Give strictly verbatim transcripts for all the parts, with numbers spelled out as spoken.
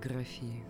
биографии.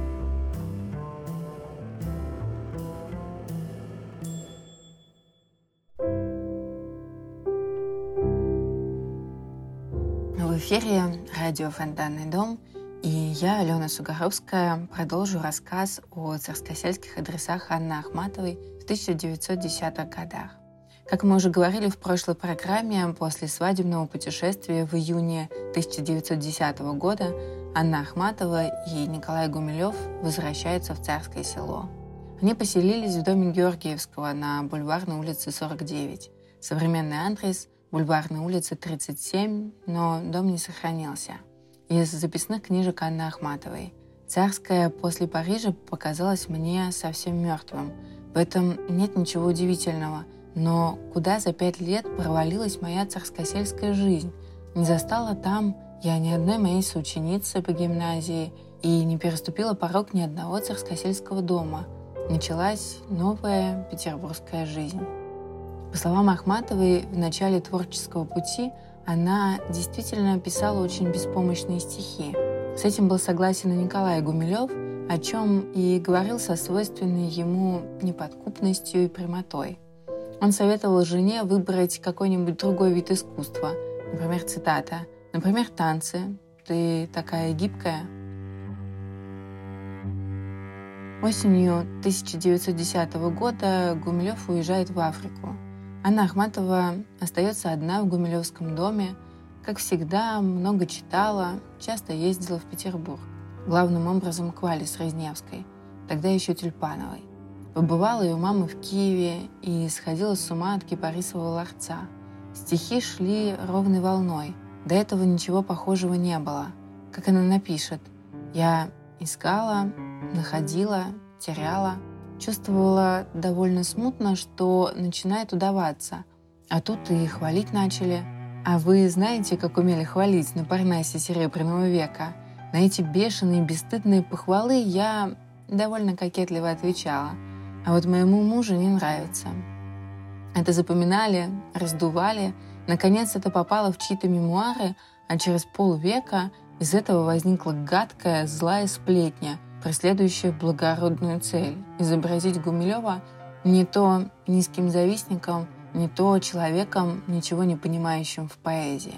В эфире радио «Фонтанный дом», и я, Алена Сугаровская, продолжу рассказ о царскосельских адресах Анны Ахматовой в тысяча девятьсот десятых годах. Как мы уже говорили в прошлой программе, после свадебного путешествия в июне тысяча девятьсот десятого года Анна Ахматова и Николай Гумилев возвращаются в Царское Село. Они поселились в доме Георгиевского на Бульварной улице сорок девять. Современный адрес – Бульварной улице тридцать семь, но дом не сохранился. Из записных книжек Анны Ахматовой. Царское после Парижа показалось мне совсем мертвым. В этом нет ничего удивительного. Но куда за пять лет провалилась моя царскосельская жизнь? Не застала там я ни одной моей соученицы по гимназии и не переступила порог ни одного царскосельского дома. Началась новая петербургская жизнь. По словам Ахматовой, в начале творческого пути она действительно писала очень беспомощные стихи. С этим был согласен и Николай Гумилев, о чем и говорил со свойственной ему неподкупностью и прямотой. Он советовал жене выбрать какой-нибудь другой вид искусства, например, цитата, «Например, танцы. Ты такая гибкая». Осенью тысяча девятьсот десятого года Гумилев уезжает в Африку. Анна Ахматова остается одна в гумилевском доме. Как всегда, много читала, часто ездила в Петербург, главным образом к Вале Срезневской, тогда еще Тюльпановой. Побывала и у мамы в Киеве и сходила с ума от Кипарисового ларца. Стихи шли ровной волной. До этого ничего похожего не было. Как она напишет: «Я искала, находила, теряла, чувствовала довольно смутно, что начинает удаваться. А тут и хвалить начали. А вы знаете, как умели хвалить на Парнасе Серебряного века? На эти бешеные, бесстыдные похвалы я довольно кокетливо отвечала. А вот моему мужу не нравится». Это запоминали, раздували. Наконец это попало в чьи-то мемуары, а через полвека из этого возникла гадкая, злая сплетня, преследующая благородную цель – изобразить Гумилева не то низким завистником, не то человеком, ничего не понимающим в поэзии.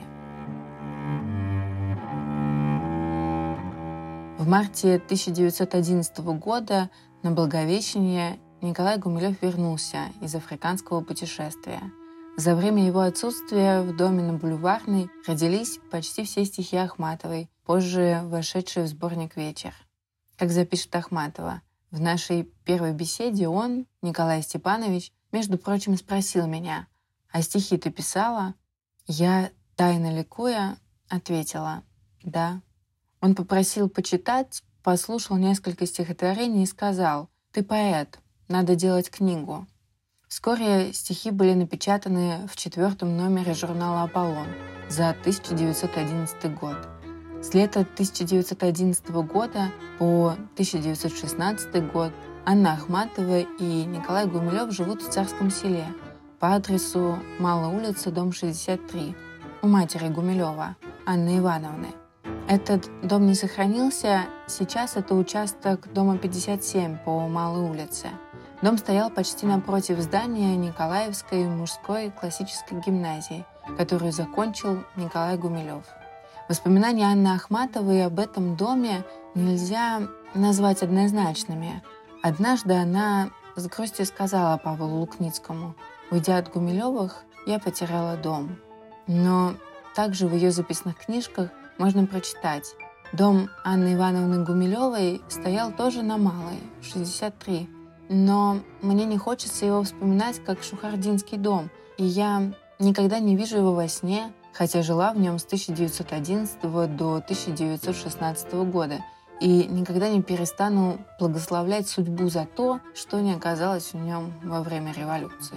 В марте тысяча девятьсот одиннадцатого года на Благовещение Николай Гумилев вернулся из африканского путешествия. За время его отсутствия в доме на Бульварной родились почти все стихи Ахматовой, позже вошедшие в сборник «Вечер». Как запишет Ахматова, в нашей первой беседе он, Николай Степанович, между прочим, спросил меня: «А стихи ты писала?» Я, тайно ликуя, ответила: «Да». Он попросил почитать, послушал несколько стихотворений и сказал: «Ты поэт, надо делать книгу». Вскоре стихи были напечатаны в четвертом номере журнала «Аполлон» за тысяча девятьсот одиннадцатый год. С лета тысяча девятьсот одиннадцатого года по тысяча девятьсот шестнадцатый год Анна Ахматова и Николай Гумилев живут в Царском Селе по адресу Малая улица, дом шестьдесят три, у матери Гумилева, Анны Ивановны. Этот дом не сохранился, сейчас это участок дома пятьдесят семь по Малой улице. Дом стоял почти напротив здания Николаевской мужской классической гимназии, которую закончил Николай Гумилев. Воспоминания Анны Ахматовой об этом доме нельзя назвать однозначными. Однажды она с грустью сказала Павлу Лукницкому: «Уйдя от Гумилевых, я потеряла дом». Но также в ее записных книжках можно прочитать: дом Анны Ивановны Гумилевой стоял тоже на Малой, шестьдесят три. Но мне не хочется его вспоминать как шухардинский дом, и я никогда не вижу его во сне, хотя жила в нем с тысяча девятьсот одиннадцатого до тысяча девятьсот шестнадцатого года, и никогда не перестану благословлять судьбу за то, что не оказалось в нем во время революции.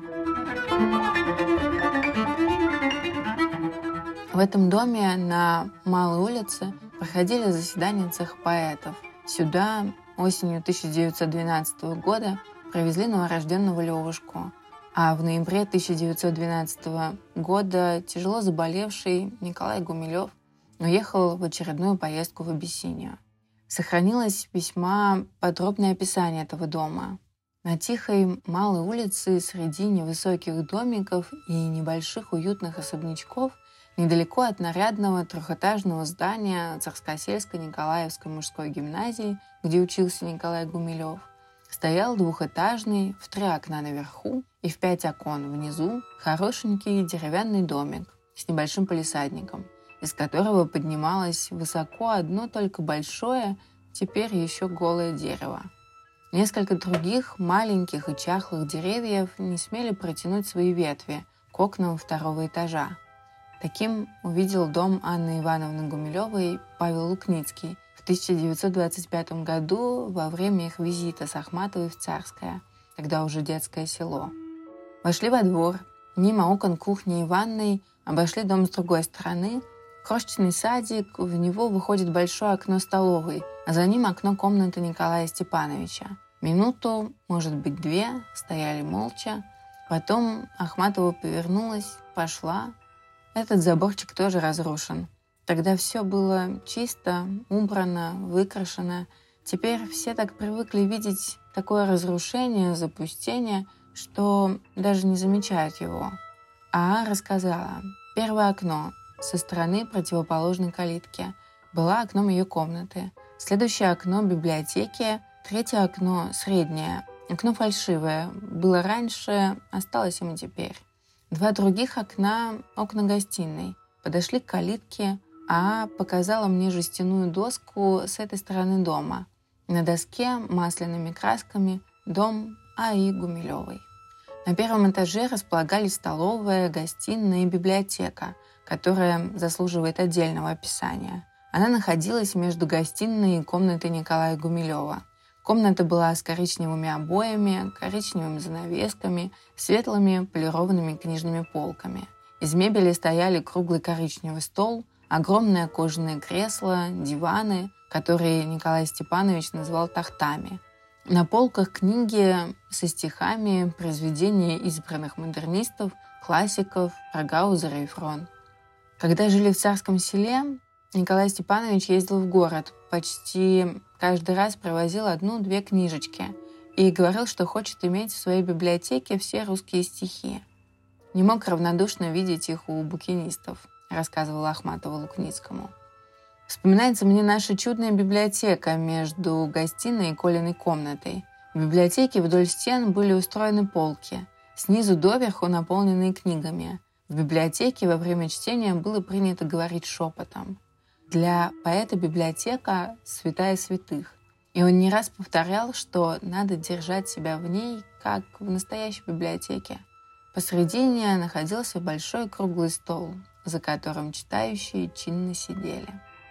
В этом доме на Малой улице проходили заседания цеха поэтов. Сюда осенью тысяча девятьсот двенадцатого года привезли новорожденного Левушку, а в ноябре тысяча девятьсот двенадцатого года тяжело заболевший Николай Гумилев уехал в очередную поездку в Абиссинию. Сохранилось весьма подробное описание этого дома. На тихой малой улице среди невысоких домиков и небольших уютных особнячков, недалеко от нарядного трехэтажного здания Царскосельской Николаевской мужской гимназии, где учился Николай Гумилев, стоял двухэтажный, в три окна наверху и в пять окон внизу, хорошенький деревянный домик с небольшим палисадником, из которого поднималось высоко одно только большое, теперь еще голое дерево. Несколько других маленьких и чахлых деревьев не смели протянуть свои ветви к окнам второго этажа. Таким увидел дом Анны Ивановны Гумилевой Павел Лукницкий в тысяча девятьсот двадцать пятом году во время их визита с Ахматовой в Царское, тогда уже детское село. Вошли во двор, мимо окон кухни и ванной, обошли дом с другой стороны. Крошечный садик, в него выходит большое окно столовой, а за ним окно комнаты Николая Степановича. Минуту, может быть две, стояли молча. Потом Ахматова повернулась, пошла. Этот заборчик тоже разрушен. Тогда все было чисто, убрано, выкрашено. Теперь все так привыкли видеть такое разрушение, запустение, что даже не замечают его. А рассказала. Первое окно со стороны противоположной калитки было окном ее комнаты. Следующее окно библиотеки, третье окно среднее. Окно фальшивое. Было раньше, осталось им и теперь. Два других окна — окна гостиной. Подошли к калитке, а показала мне жестяную доску с этой стороны дома. На доске масляными красками дом А И Гумилевой. На первом этаже располагались столовая, гостиная и библиотека, которая заслуживает отдельного описания. Она находилась между гостиной и комнатой Николая Гумилева. Комната была с коричневыми обоями, коричневыми занавесками, светлыми полированными книжными полками. Из мебели стояли круглый коричневый стол, огромное кожаное кресло, диваны, которые Николай Степанович назвал тахтами. На полках книги со стихами, произведения избранных модернистов, классиков, про Гаузера и Фрон. Когда жили в Царском селе, Николай Степанович ездил в город, почти каждый раз привозил одну-две книжечки и говорил, что хочет иметь в своей библиотеке все русские стихи. Не мог равнодушно видеть их у букинистов, рассказывала Ахматова Лукницкому. Вспоминается мне наша чудная библиотека между гостиной и Колиной комнатой. В библиотеке вдоль стен были устроены полки, снизу доверху наполненные книгами. В библиотеке во время чтения было принято говорить шепотом. Для поэта библиотека — святая святых. И он не раз повторял, что надо держать себя в ней, как в настоящей библиотеке. Посредине находился большой круглый стол, за которым читающие чинно сидели.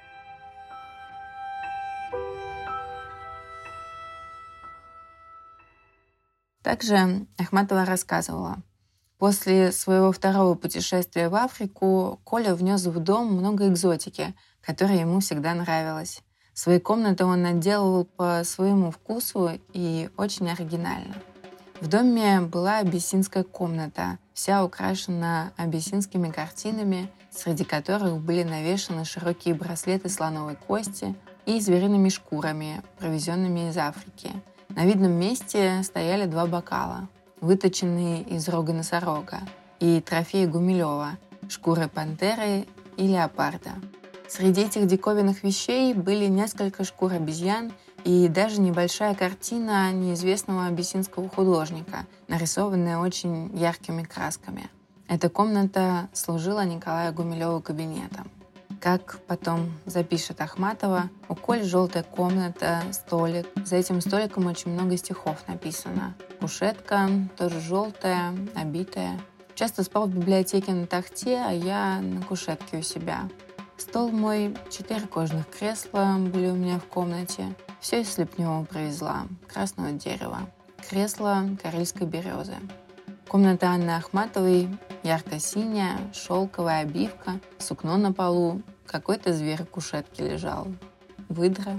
Также Ахматова рассказывала. После своего второго путешествия в Африку Коля внес в дом много экзотики, которая ему всегда нравилась. Свои комнаты он отделывал по своему вкусу и очень оригинально. В доме была абиссинская комната, вся украшена абиссинскими картинами, среди которых были навешаны широкие браслеты слоновой кости и звериными шкурами, привезенными из Африки. На видном месте стояли два бокала, выточенные из рога носорога, и трофеи Гумилева, шкуры пантеры и леопарда. Среди этих диковинных вещей были несколько шкур обезьян и даже небольшая картина неизвестного абиссинского художника, нарисованная очень яркими красками. Эта комната служила Николаю Гумилеву кабинетом. Как потом запишет Ахматова, у Коль желтая комната, столик. За этим столиком очень много стихов написано. Кушетка тоже желтая, обитая. Часто спал в библиотеке на тахте, а я на кушетке у себя. Стол мой, четыре кожаных кресла были у меня в комнате. Все из слепневого привезла, красного дерева. Кресло карельской березы. Комната Анны Ахматовой ярко-синяя, шелковая обивка, сукно на полу, какой-то зверь в кушетке лежал. Выдра.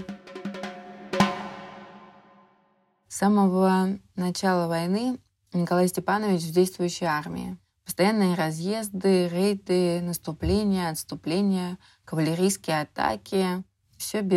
С самого начала войны Николай Степанович в действующей армии. Постоянные разъезды, рейды, наступления, отступления, кавалерийские атаки. Все без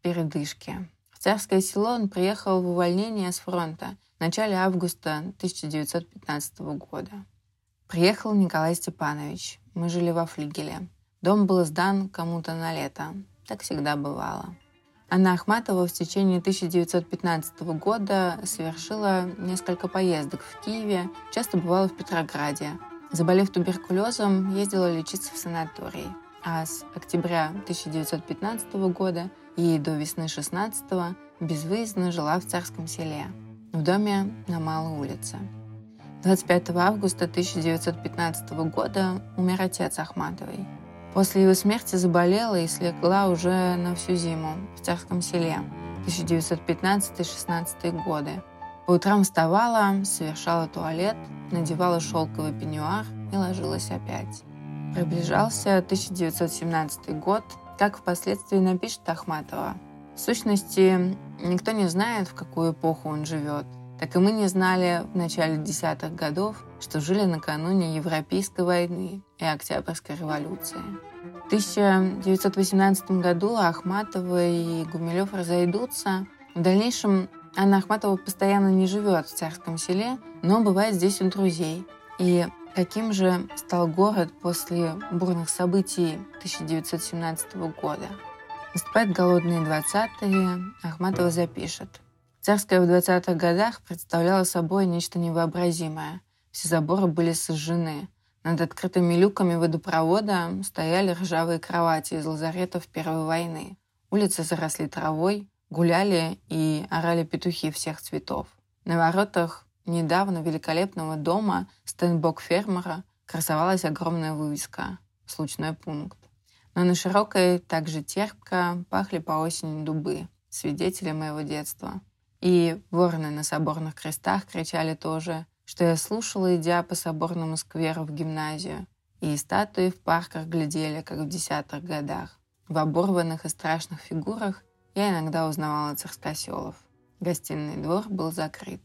передышки. В Царское Село он приехал в увольнение с фронта в начале августа тысяча девятьсот пятнадцатого года. Приехал Николай Степанович. Мы жили во флигеле. Дом был сдан кому-то на лето. Так всегда бывало. Анна Ахматова в течение тысяча девятьсот пятнадцатого года совершила несколько поездок в Киеве, часто бывала в Петрограде. Заболев туберкулезом, ездила лечиться в санаторий. А с октября тысяча девятьсот пятнадцатого года и до весны шестнадцатого безвыездно жила в Царском Селе, в доме на Малой улице. двадцать пятого августа тысяча девятьсот пятнадцатого года умер отец Ахматовой. После его смерти заболела и слегла уже на всю зиму в Царском Селе тысяча девятьсот пятнадцатый-шестнадцатый годы. По утрам вставала, совершала туалет, надевала шелковый пеньюар и ложилась опять. Приближался тысяча девятьсот семнадцатый год, как впоследствии напишет Ахматова. В сущности, никто не знает, в какую эпоху он живет. Так и мы не знали в начале десятых годов, что жили накануне Европейской войны и Октябрьской революции. В тысяча девятьсот восемнадцатом году Ахматова и Гумилев разойдутся. В дальнейшем Анна Ахматова постоянно не живет в Царском Селе, но бывает здесь у друзей. И каким же стал город после бурных событий тысяча девятьсот семнадцатого года? Наступают голодные двадцатые, Ахматова запишет. Царская в двадцатых годах представляла собой нечто невообразимое. Все заборы были сожжены. Над открытыми люками водопровода стояли ржавые кровати из лазаретов Первой войны. Улицы заросли травой, гуляли и орали петухи всех цветов. На воротах недавно великолепного дома Стенбок-фермера красовалась огромная вывеска «Случной пункт». Но на широкой также терпко пахли по осени дубы, свидетели моего детства. И вороны на соборных крестах кричали тоже, что я слушала, идя по соборному скверу в гимназию, и статуи в парках глядели, как в десятых годах. В оборванных и страшных фигурах я иногда узнавала царскоселов. Гостиный двор был закрыт.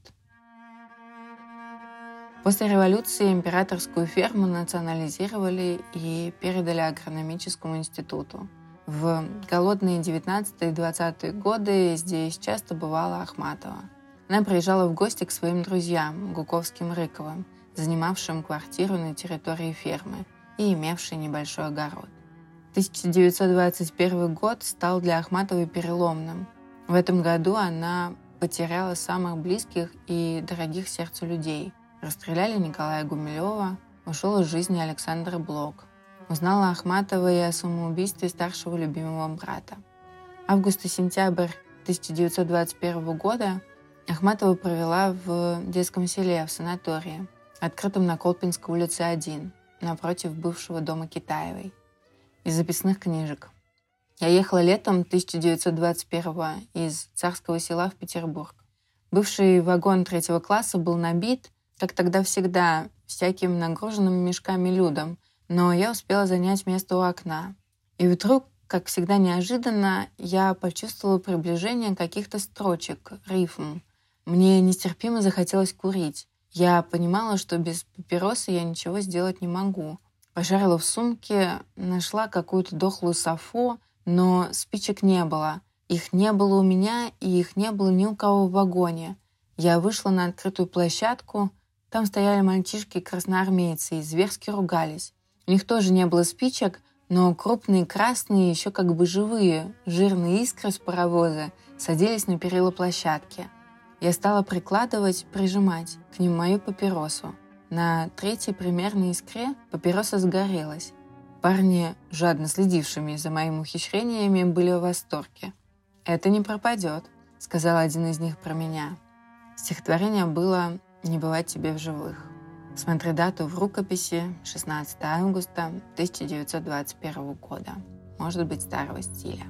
После революции императорскую ферму национализировали и передали агрономическому институту. В голодные девятнадцатые и двадцатые годы здесь часто бывала Ахматова. Она приезжала в гости к своим друзьям, Гуковским, Рыковым, занимавшим квартиру на территории фермы и имевшей небольшой огород. тысяча девятьсот двадцать первый год стал для Ахматовой переломным. В этом году она потеряла самых близких и дорогих сердцу людей. Расстреляли Николая Гумилева, ушел из жизни Александр Блок. Узнала Ахматова и о самоубийстве старшего любимого брата. Август и сентябрь тысяча девятьсот двадцать первого года Ахматова провела в детском селе, в санатории, открытом на Колпинской улице один, напротив бывшего дома Китаевой. Из записных книжек. Я ехала летом тысяча девятьсот двадцать первого из Царского Села в Петербург. Бывший вагон третьего класса был набит, как тогда всегда, всяким нагруженным мешками людом, но я успела занять место у окна. И вдруг, как всегда неожиданно, я почувствовала приближение каких-то строчек, рифм. Мне нестерпимо захотелось курить. Я понимала, что без папиросы я ничего сделать не могу. Пошарила в сумке, нашла какую-то дохлую софу, но спичек не было. Их не было у меня, и их не было ни у кого в вагоне. Я вышла на открытую площадку. Там стояли мальчишки-красноармейцы и зверски ругались. У них тоже не было спичек, но крупные красные, еще как бы живые, жирные искры с паровоза садились на перила площадки. Я стала прикладывать, прижимать к ним мою папиросу. На третьей примерной искре папироса сгорелась. Парни, жадно следившими за моими ухищрениями, были в восторге. «Это не пропадет», — сказал один из них про меня. Стихотворение было «Не бывать тебе в живых». Смотри дату в рукописи шестнадцатого августа тысяча девятьсот двадцать первого года. Может быть, старого стиля.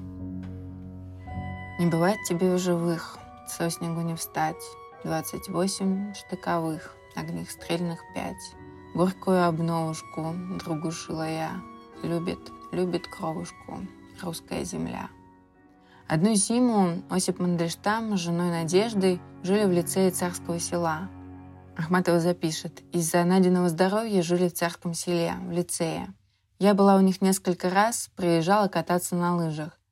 «Не бывать тебе в живых, со снегу не встать. Двадцать восемь штыковых, огнестрельных пять. Горькую обновушку другу шила я. Любит, любит кровушку русская земля». Одну зиму Осип Мандельштам с женой Надеждой жили в лицее Царского Села. Ахматова запишет: «Из-за Надиного здоровья жили в Царском Селе, в лицее. Я была у них несколько раз, приезжала кататься на лыжах.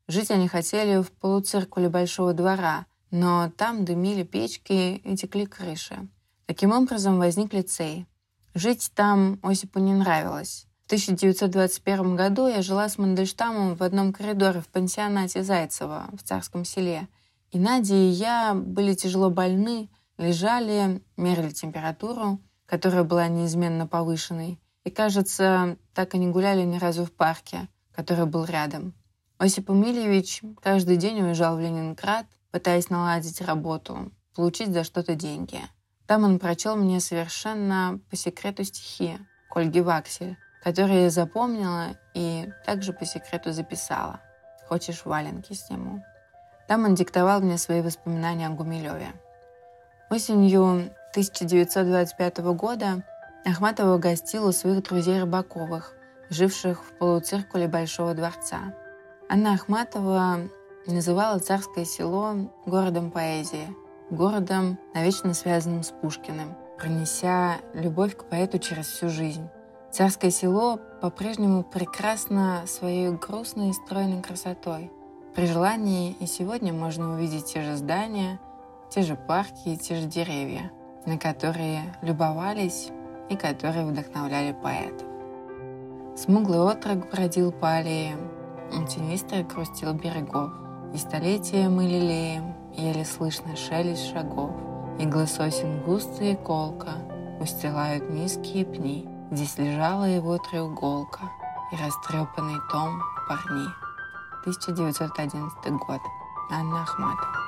Жить они хотели в полуциркуле Большого двора, но там дымили печки и текли крыши. Таким образом возник лицей. Жить там Осипу не нравилось. В тысяча девятьсот двадцать первом году я жила с Мандельштамом в одном коридоре в пансионате Зайцева в Царском селе. И Надя и я были тяжело больны, лежали, мерили температуру, которая была неизменно повышенной, и, кажется, так и не гуляли ни разу в парке, который был рядом. Осип Эмильевич каждый день уезжал в Ленинград, пытаясь наладить работу, получить за что-то деньги. Там он прочел мне совершенно по секрету стихи к Ольге Ваксель, которые я запомнила и также по секрету записала. «Хочешь, валенки сниму?» Там он диктовал мне свои воспоминания о Гумилеве. Осенью тысяча девятьсот двадцать пятого года Ахматова гостила у своих друзей Рыбаковых, живших в полуциркуле Большого дворца. Анна Ахматова называла Царское село городом поэзии, городом, навечно связанным с Пушкиным, пронеся любовь к поэту через всю жизнь. Царское село по-прежнему прекрасно своей грустной и стройной красотой. При желании и сегодня можно увидеть те же здания, те же парки и те же деревья, на которые любовались и которые вдохновляли поэтов. Смуглый отрок бродил по аллеям, тенистый грустил берегов, и столетия мы лелеем, еле слышно шелест шагов. Иглы сосен густые колка устилают низкие пни. Здесь лежала его треуголка и растрепанный том парни. тысяча девятьсот одиннадцатый год. Анна Ахматова.